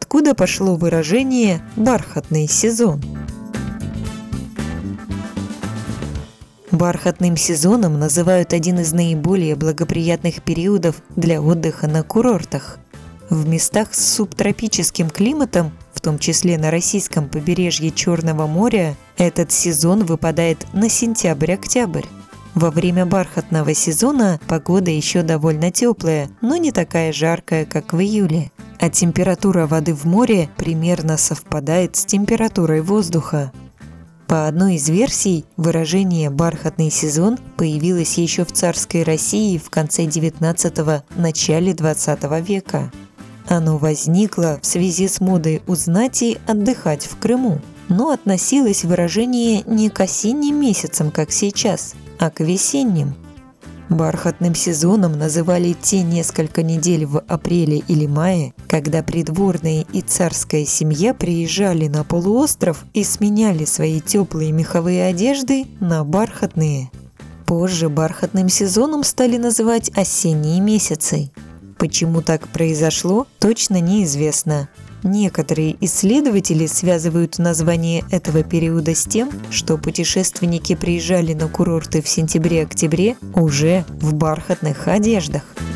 откуда пошло выражение «бархатный сезон». Бархатным сезоном называют один из наиболее благоприятных периодов для отдыха на курортах. В местах с субтропическим климатом, в том числе на российском побережье Черного моря, этот сезон выпадает на сентябрь-октябрь. Во время бархатного сезона погода еще довольно теплая, но не такая жаркая, как в июле. А температура воды в море примерно совпадает с температурой воздуха. По одной из версий, выражение «бархатный сезон» появилось еще в царской России в конце XIX – начале XX века. Оно возникло в связи с модой у знати отдыхать в Крыму, но относилось выражение не к осенним месяцам, как сейчас, а к весенним. Бархатным сезоном называли те несколько недель в апреле или мае, когда придворные и царская семья приезжали на полуостров и сменяли свои теплые меховые одежды на бархатные. Позже бархатным сезоном стали называть осенние месяцы. Почему так произошло, точно неизвестно. Некоторые исследователи связывают название этого периода с тем, что путешественники приезжали на курорты в сентябре-октябре уже в бархатных одеждах.